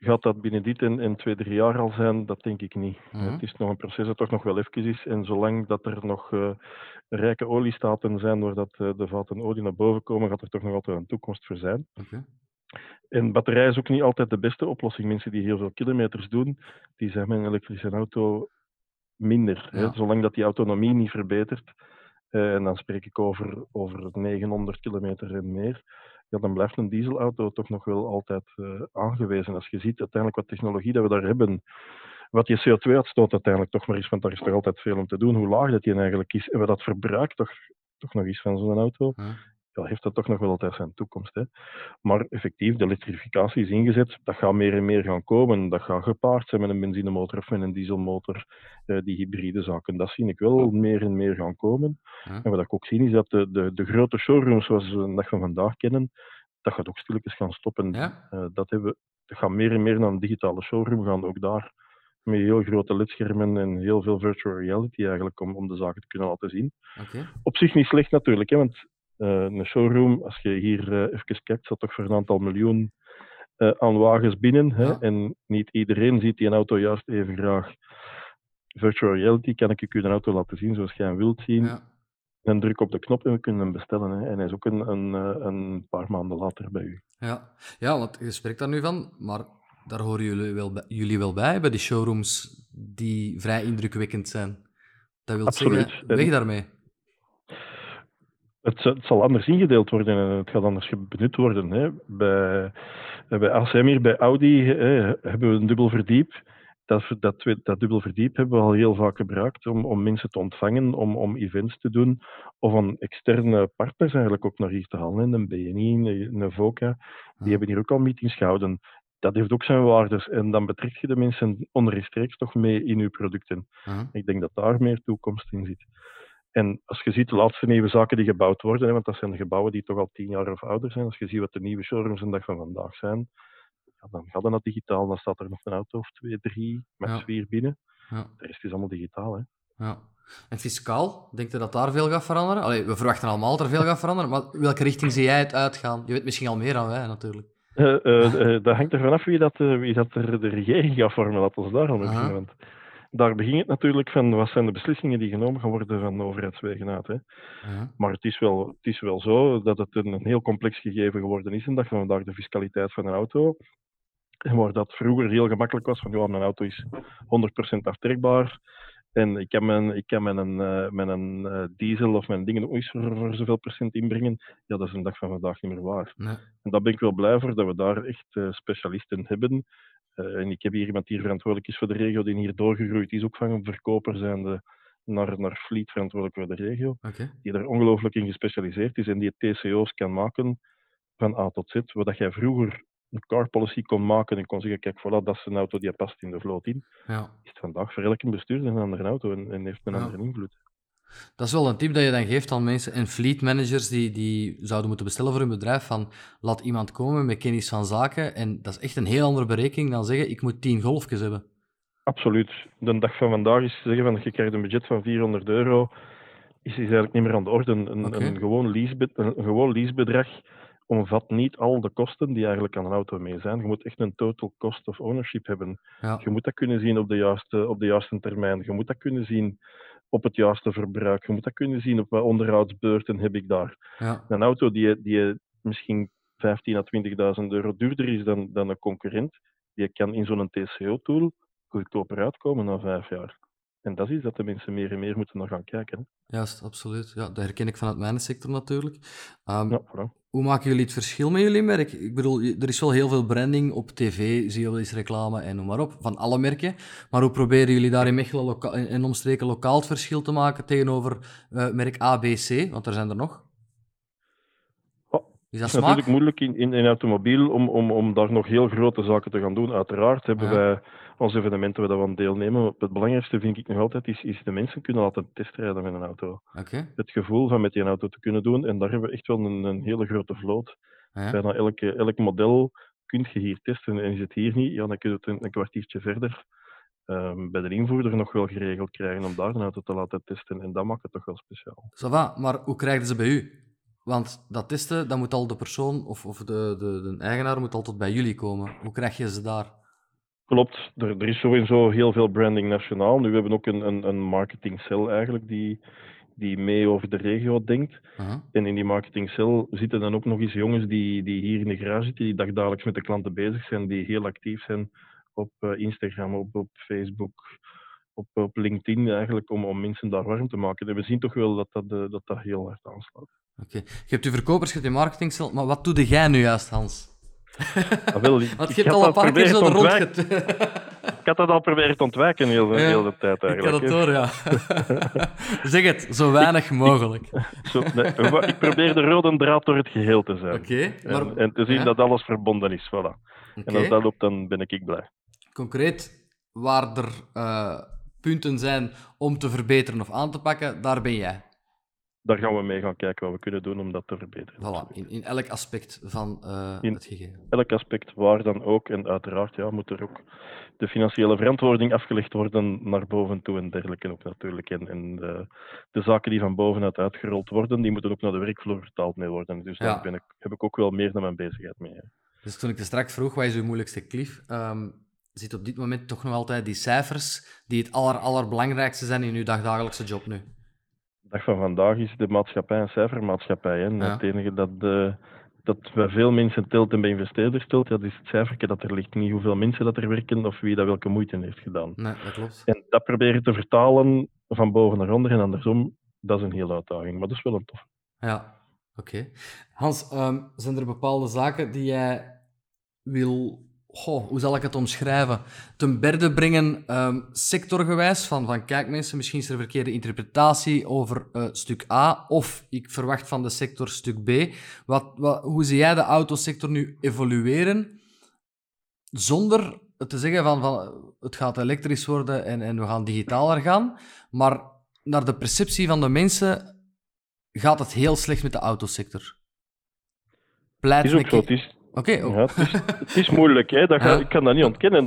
Gaat dat binnen dit en 2-3 jaar al zijn? Dat denk ik niet.
Mhm.
Het is nog een proces dat toch nog wel even is. En zolang dat er nog rijke oliestaten zijn waar dat, de vaten olie naar boven komen, gaat er toch nog altijd een toekomst voor zijn.
Oké.
En batterij is ook niet altijd de beste oplossing. Mensen die heel veel kilometers doen, die zijn met een elektrische auto minder. Hè?
Ja.
Zolang dat die autonomie niet verbetert, en dan spreek ik over 900 kilometer en meer, ja, dan blijft een dieselauto toch nog wel altijd aangewezen. Als je ziet uiteindelijk wat technologie dat we daar hebben, wat je CO2-uitstoot uiteindelijk toch maar is, want daar is toch altijd veel om te doen, hoe laag dat die eigenlijk is en wat dat verbruik toch nog is van zo'n auto,
Ja.
ja, heeft dat toch nog wel altijd zijn toekomst. Hè. Maar effectief, de elektrificatie is ingezet. Dat gaat meer en meer gaan komen. Dat gaat gepaard zijn met een benzinemotor of met een dieselmotor. Die hybride zaken, dat zie ik wel meer en meer gaan komen.
Ja.
En wat ik ook zie is dat de grote showrooms zoals we de dag van vandaag kennen, dat gaat ook stilletjes gaan stoppen.
Ja?
Dat gaat meer en meer naar een digitale showroom gaan. Ook daar met heel grote ledschermen en heel veel virtual reality eigenlijk om de zaken te kunnen laten zien.
Oké.
Op zich niet slecht natuurlijk, hè, want een showroom, als je hier even kijkt, zat toch voor een aantal miljoen aan wagens binnen. Hè,
Ja.
en niet iedereen ziet die een auto juist even graag. Virtual reality kan ik je een auto laten zien zoals jij hem wilt zien.
Ja.
En druk op de knop en we kunnen hem bestellen. Hè. En hij is ook een paar maanden later bij u.
Ja, want je spreekt daar nu van, maar daar horen jullie wel bij die showrooms die vrij indrukwekkend zijn. Dat wil
Absoluut.
zeggen, weg daarmee.
Het zal anders ingedeeld worden en het gaat anders benut worden. Hè. Bij ACM hier, bij Audi, hebben we een dubbel verdiep. Dat dubbel verdiep hebben we al heel vaak gebruikt om mensen te ontvangen, om events te doen, of om externe partners eigenlijk ook naar hier te halen. Een BNI, een VOCA, die hebben hier ook al meetings gehouden. Dat heeft ook zijn waardes en dan betrek je de mensen onrechtstreeks toch mee in uw producten. Ik denk dat daar meer toekomst in zit. En als je ziet de laatste nieuwe zaken die gebouwd worden, hè, want dat zijn de gebouwen die toch al 10 jaar of ouder zijn, als je ziet wat de nieuwe showrooms de dag van vandaag zijn, ja, dan gaat dat digitaal, dan staat er nog een auto of 2, 3, max 4 binnen.
Ja.
De rest is allemaal digitaal. Hè.
Ja. En fiscaal, denk je dat daar veel gaat veranderen? Allee, we verwachten allemaal dat er veel gaat veranderen, maar welke richting zie jij het uitgaan? Je weet misschien al meer dan wij, natuurlijk.
Dat hangt ervan af wie dat er de regering gaat vormen. Laten we daar al mee beginnen. Want daar begint het natuurlijk van wat zijn de beslissingen die genomen gaan worden van overheidswegen uit. Hè. Maar het is wel zo dat het een heel complex gegeven geworden is. En dat vandaag de fiscaliteit van een auto. En waar dat vroeger heel gemakkelijk was, van ja, mijn auto is 100% aftrekbaar. En ik kan met een diesel of mijn dingen ook eens voor zoveel procent inbrengen. Ja, dat is een dag van vandaag niet meer waar.
Nee.
En daar ben ik wel blij voor, dat we daar echt specialisten hebben. En ik heb hier iemand die verantwoordelijk is voor de regio, die hier doorgegroeid is, ook van een verkoper zijnde naar fleet verantwoordelijk voor de regio. Die er ongelooflijk in gespecialiseerd is en die TCO's kan maken van A tot Z, wat jij vroeger een car policy kon maken en kon zeggen, kijk, voilà, dat is een auto die past in de vloot in.
Ja.
Is het vandaag voor elke bestuurder een andere auto en heeft een andere invloed.
Dat is wel een tip dat je dan geeft aan mensen en fleet managers die zouden moeten bestellen voor hun bedrijf, van laat iemand komen met kennis van zaken, en dat is echt een heel andere berekening dan zeggen, ik moet 10 golfjes hebben.
Absoluut. De dag van vandaag is zeggen van je krijgt een budget van €400, is eigenlijk niet meer aan de orde. Een gewoon leasebedrag omvat niet al de kosten die eigenlijk aan een auto mee zijn. Je moet echt een total cost of ownership hebben.
Ja.
Je moet dat kunnen zien op de juiste termijn. Je moet dat kunnen zien op het juiste verbruik. Je moet dat kunnen zien op wat onderhoudsbeurten heb ik daar.
Ja.
Een auto die misschien 15.000 à 20.000 euro duurder is dan een concurrent, die kan in zo'n TCO-tool goedkoper uitkomen na 5 jaar. En dat is iets dat de mensen meer en meer moeten naar gaan kijken. Hè.
Juist, absoluut. Ja, dat herken ik vanuit mijn sector natuurlijk.
Ja, voilà.
Hoe maken jullie het verschil met jullie merk? Ik bedoel, er is wel heel veel branding op tv, zie je wel eens reclame en noem maar op, van alle merken. Maar hoe proberen jullie daar in Mechelen en omstreken lokaal het verschil te maken tegenover merk ABC? Want er zijn er nog. Is dat
Het is natuurlijk moeilijk in automobiel om daar nog heel grote zaken te gaan doen. Uiteraard hebben wij onze evenementen waar we aan deelnemen. Het belangrijkste vind ik nog altijd is de mensen kunnen laten testrijden met een auto. Het gevoel van met die auto te kunnen doen. En daar hebben we echt wel een hele grote vloot. Bijna elk model kun je hier testen. En is het hier niet, ja, dan kun je het een kwartiertje verder bij de invoerder nog wel geregeld krijgen om daar een auto te laten testen. En dat maakt het toch wel speciaal.
Ça va, maar hoe krijgen ze bij u? Want dat testen, dat moet al de persoon of de eigenaar moet al tot bij jullie komen. Hoe krijg je ze daar?
Klopt, er is sowieso heel veel branding nationaal. Nu, we hebben ook een marketingcel eigenlijk die mee over de regio denkt.
Uh-huh.
En in die marketingcel zitten dan ook nog eens jongens die hier in de garage zitten, die dagelijks met de klanten bezig zijn, die heel actief zijn op Instagram, op Facebook, op LinkedIn eigenlijk, om mensen daar warm te maken. En we zien toch wel dat heel hard aanslaat.
Oké. Je hebt je verkopers, je hebt je marketingcel, maar wat doe jij nu juist, Hans?
Wel,
Want je hebt al een paar keer zo de rond
ik had dat al proberen te ontwijken heel de tijd eigenlijk.
Ik had het door, ja. Zeg het, zo weinig mogelijk.
Ik probeer de rode draad door het geheel te zijn.
Maar,
en te zien dat alles verbonden is. Voilà. En als dat loopt, dan ben ik blij.
Concreet, waar er punten zijn om te verbeteren of aan te pakken, daar ben jij.
Daar gaan we mee gaan kijken wat we kunnen doen om dat te verbeteren.
Voilà, in elk aspect van het gegeven.
Elk aspect waar dan ook. En uiteraard moet er ook de financiële verantwoording afgelegd worden naar boven toe en dergelijke ook natuurlijk. En de zaken die van bovenuit uitgerold worden, die moeten ook naar de werkvloer vertaald mee worden. Dus daar heb ik ook wel meer dan mijn bezigheid mee. Hè.
Dus toen ik je straks vroeg, wat is uw moeilijkste klief? Zit op dit moment toch nog altijd die cijfers die het allerbelangrijkste zijn in uw dagdagelijkse job nu?
De dag van vandaag is de maatschappij een cijfermaatschappij. Hè. Het enige dat bij veel mensen telt en bij investeerders telt, dat is het cijfertje dat er ligt. Niet hoeveel mensen dat er werken of wie dat welke moeite heeft gedaan.
Nee, dat klopt.
En dat proberen te vertalen van boven naar onder en andersom, dat is een hele uitdaging. Maar dat is wel een tof.
Ja, oké. Hans, zijn er bepaalde zaken die jij wil... hoe zal ik het omschrijven? Ten berde brengen, sectorgewijs, van kijk mensen, misschien is er een verkeerde interpretatie over stuk A, of ik verwacht van de sector stuk B. Hoe zie jij de autosector nu evolueren, zonder te zeggen van het gaat elektrisch worden en we gaan digitaler gaan, maar naar de perceptie van de mensen gaat het heel slecht met de autosector?
Is ook zo, het is moeilijk, hè? Ik kan dat niet ontkennen.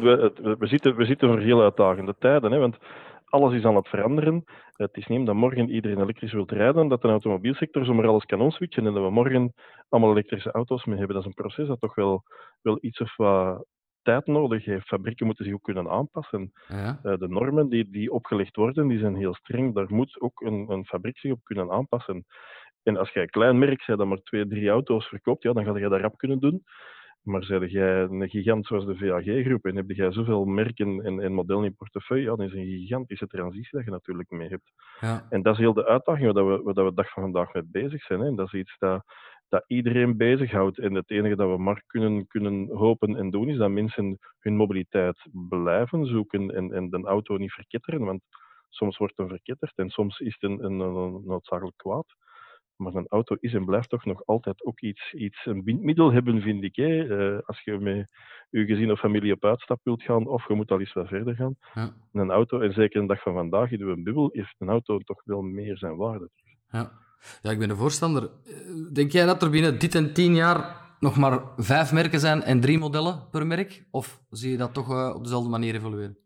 We zitten voor heel uitdagende tijden, hè? Want alles is aan het veranderen. Het is niet dat morgen iedereen elektrisch wil rijden, dat de automobielsector zomaar alles kan omswitchen en dat we morgen allemaal elektrische auto's mee hebben. Dat is een proces dat toch wel iets of wat tijd nodig heeft. Fabrieken moeten zich ook kunnen aanpassen.
Ja.
De normen die opgelegd worden, die zijn heel streng. Daar moet ook een fabriek zich op kunnen aanpassen. En als jij een klein merk bent dat maar 2, 3 auto's verkoopt, dan ga je dat rap kunnen doen. Maar zeg jij een gigant zoals de VAG-groep en heb jij zoveel merken en modellen in portefeuille, dan is een gigantische transitie dat je natuurlijk mee hebt.
Ja.
En dat is heel de uitdaging waar we dag van vandaag mee bezig zijn. Hè. En dat is iets dat iedereen bezighoudt. En het enige dat we maar kunnen hopen en doen, is dat mensen hun mobiliteit blijven zoeken en de auto niet verketteren. Want soms wordt het verketterd en soms is het een noodzakelijk kwaad. Maar een auto is en blijft toch nog altijd ook een bindmiddel hebben, vind ik. Als je met je gezin of familie op uitstap wilt gaan, of je moet al eens wat verder gaan.
Ja.
Een auto, en zeker een dag van vandaag, in een bubbel, heeft een auto toch wel meer zijn waarde.
Ja, ik ben een voorstander. Denk jij dat er binnen dit en 10 jaar nog maar 5 merken zijn en 3 modellen per merk? Of zie je dat toch op dezelfde manier evolueren?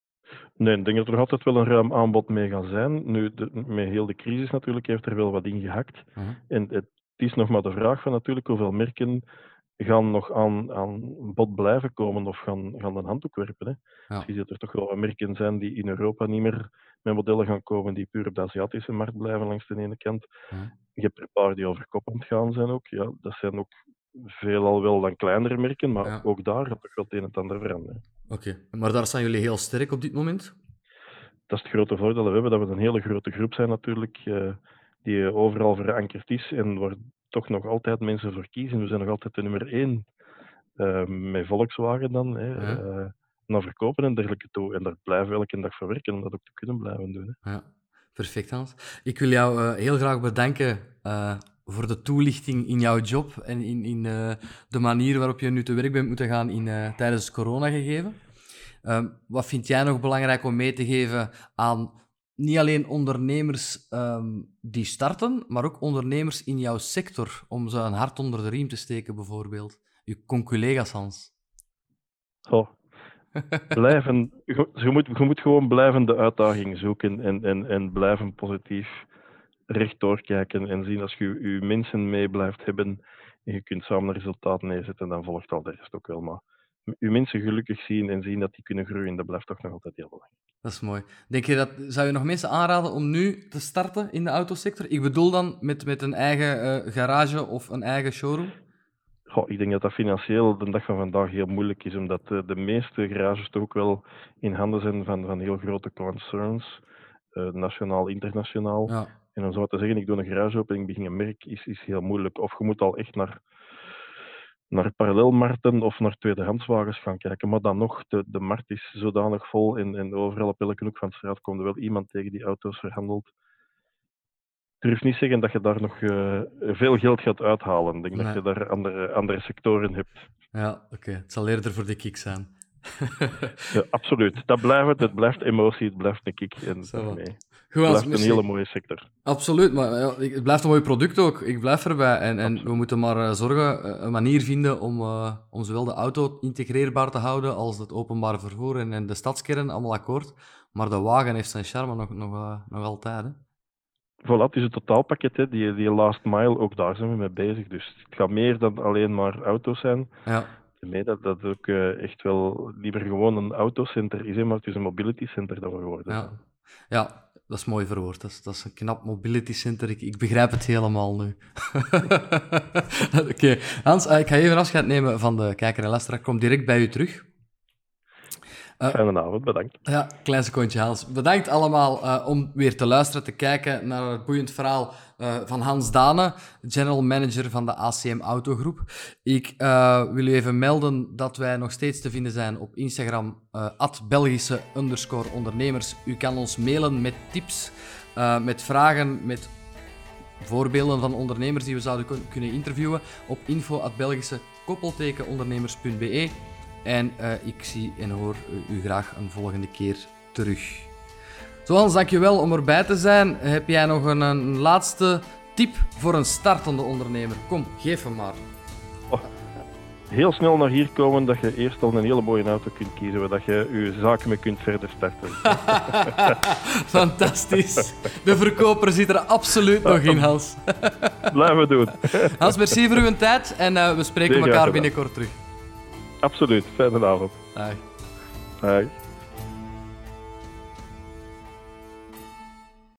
Nee, ik denk dat er altijd wel een ruim aanbod mee gaat zijn. Nu, met heel de crisis natuurlijk heeft er wel wat ingehakt. En het is nog maar de vraag van natuurlijk hoeveel merken gaan nog aan bod blijven komen of gaan een handdoek werpen. Hè.
Ja.
Je ziet dat er toch wel wat merken zijn die in Europa niet meer met modellen gaan komen die puur op de Aziatische markt blijven langs de ene kant. Je hebt er een paar die over kop aan het gaan zijn ook. Ja, dat zijn ook veelal wel dan kleinere merken, maar ook daar gaat toch wel het een en het ander veranderen.
Oké. Maar daar staan jullie heel sterk op dit moment?
Dat is het grote voordeel dat we hebben, dat we een hele grote groep zijn natuurlijk, die overal verankerd is en waar toch nog altijd mensen voor kiezen. We zijn nog altijd de nummer 1 met Volkswagen dan, naar verkopen en dergelijke toe. En daar blijven we elke dag voor werken om dat ook te kunnen blijven doen. Hè.
Ja, perfect Hans. Ik wil jou heel graag bedanken voor de toelichting in jouw job en in de manier waarop je nu te werk bent moeten gaan tijdens het coronagegeven. Wat vind jij nog belangrijk om mee te geven aan niet alleen ondernemers die starten, maar ook ondernemers in jouw sector, om ze een hart onder de riem te steken bijvoorbeeld? Je conculega's, Hans.
Je moet gewoon blijven de uitdaging zoeken en blijven positief rechtdoor kijken en zien als je mensen mee blijft hebben en je kunt samen een resultaat neerzetten, dan volgt al de rest ook wel. Maar uw mensen gelukkig zien en zien dat die kunnen groeien, dat blijft toch nog altijd heel belangrijk.
Dat is mooi. Zou je nog mensen aanraden om nu te starten in de autosector? Ik bedoel dan met een eigen garage of een eigen showroom?
Ik denk dat dat financieel de dag van vandaag heel moeilijk is, omdat de meeste garages toch ook wel in handen zijn van heel grote concerns, nationaal, internationaal.
Ja.
En dan zou ik te zeggen, ik doe een garageopening, begin een merk, is heel moeilijk. Of je moet al echt naar parallelmarkten of naar tweedehandswagens gaan kijken. Maar dan nog, de markt is zodanig vol en overal op elke hoek van de straat komt er wel iemand tegen die auto's verhandelt. Ik durf niet zeggen dat je daar nog veel geld gaat uithalen. Ik denk dat je daar andere sectoren hebt.
Ja, oké. Het zal eerder voor de kick zijn.
Ja, absoluut. Het blijft emotie, het blijft een kick. En daarmee. Het blijft een hele mooie sector.
Absoluut, maar het blijft een mooi product ook. Ik blijf erbij. En we moeten maar zorgen, een manier vinden om zowel de auto integreerbaar te houden als het openbare vervoer en de stadskern, allemaal akkoord. Maar de wagen heeft zijn charme nog altijd, hè.
Voilà, het is een totaalpakket, hè. Die last mile, ook daar zijn we mee bezig. Dus het gaat meer dan alleen maar auto's zijn.
Ja.
Nee, dat ook echt wel liever gewoon een autocenter is, hè, maar het is een mobility center dat we geworden.
Ja, dat is mooi verwoord. Dat is een knap mobility center. Ik begrijp het helemaal nu. Oké. Hans, ik ga even afscheid nemen van de kijker en luisteraar. Ik kom direct bij u terug.
Fijne avond, bedankt.
Ja, klein secondje, Hans. Bedankt allemaal om weer te luisteren, te kijken naar het boeiend verhaal van Hans Dane, general manager van de ACM Autogroep. Ik wil u even melden dat wij nog steeds te vinden zijn op Instagram, @Belgische_ondernemers. U kan ons mailen met tips, met vragen, met voorbeelden van ondernemers die we zouden kunnen interviewen op info@belgische_ondernemers.be. En ik zie en hoor u graag een volgende keer terug. Zo Hans, dankjewel om erbij te zijn. Heb jij nog een laatste tip voor een startende ondernemer? Kom, geef hem maar.
Heel snel naar hier komen, dat je eerst al een hele mooie auto kunt kiezen, waar dat je je zaken mee kunt verder starten.
Fantastisch. De verkoper zit er absoluut nog in, Hans.
Blijven doen.
Hans, merci voor uw tijd en we spreken elkaar binnenkort terug.
Absoluut. Fijne avond.
Dag.
Dag.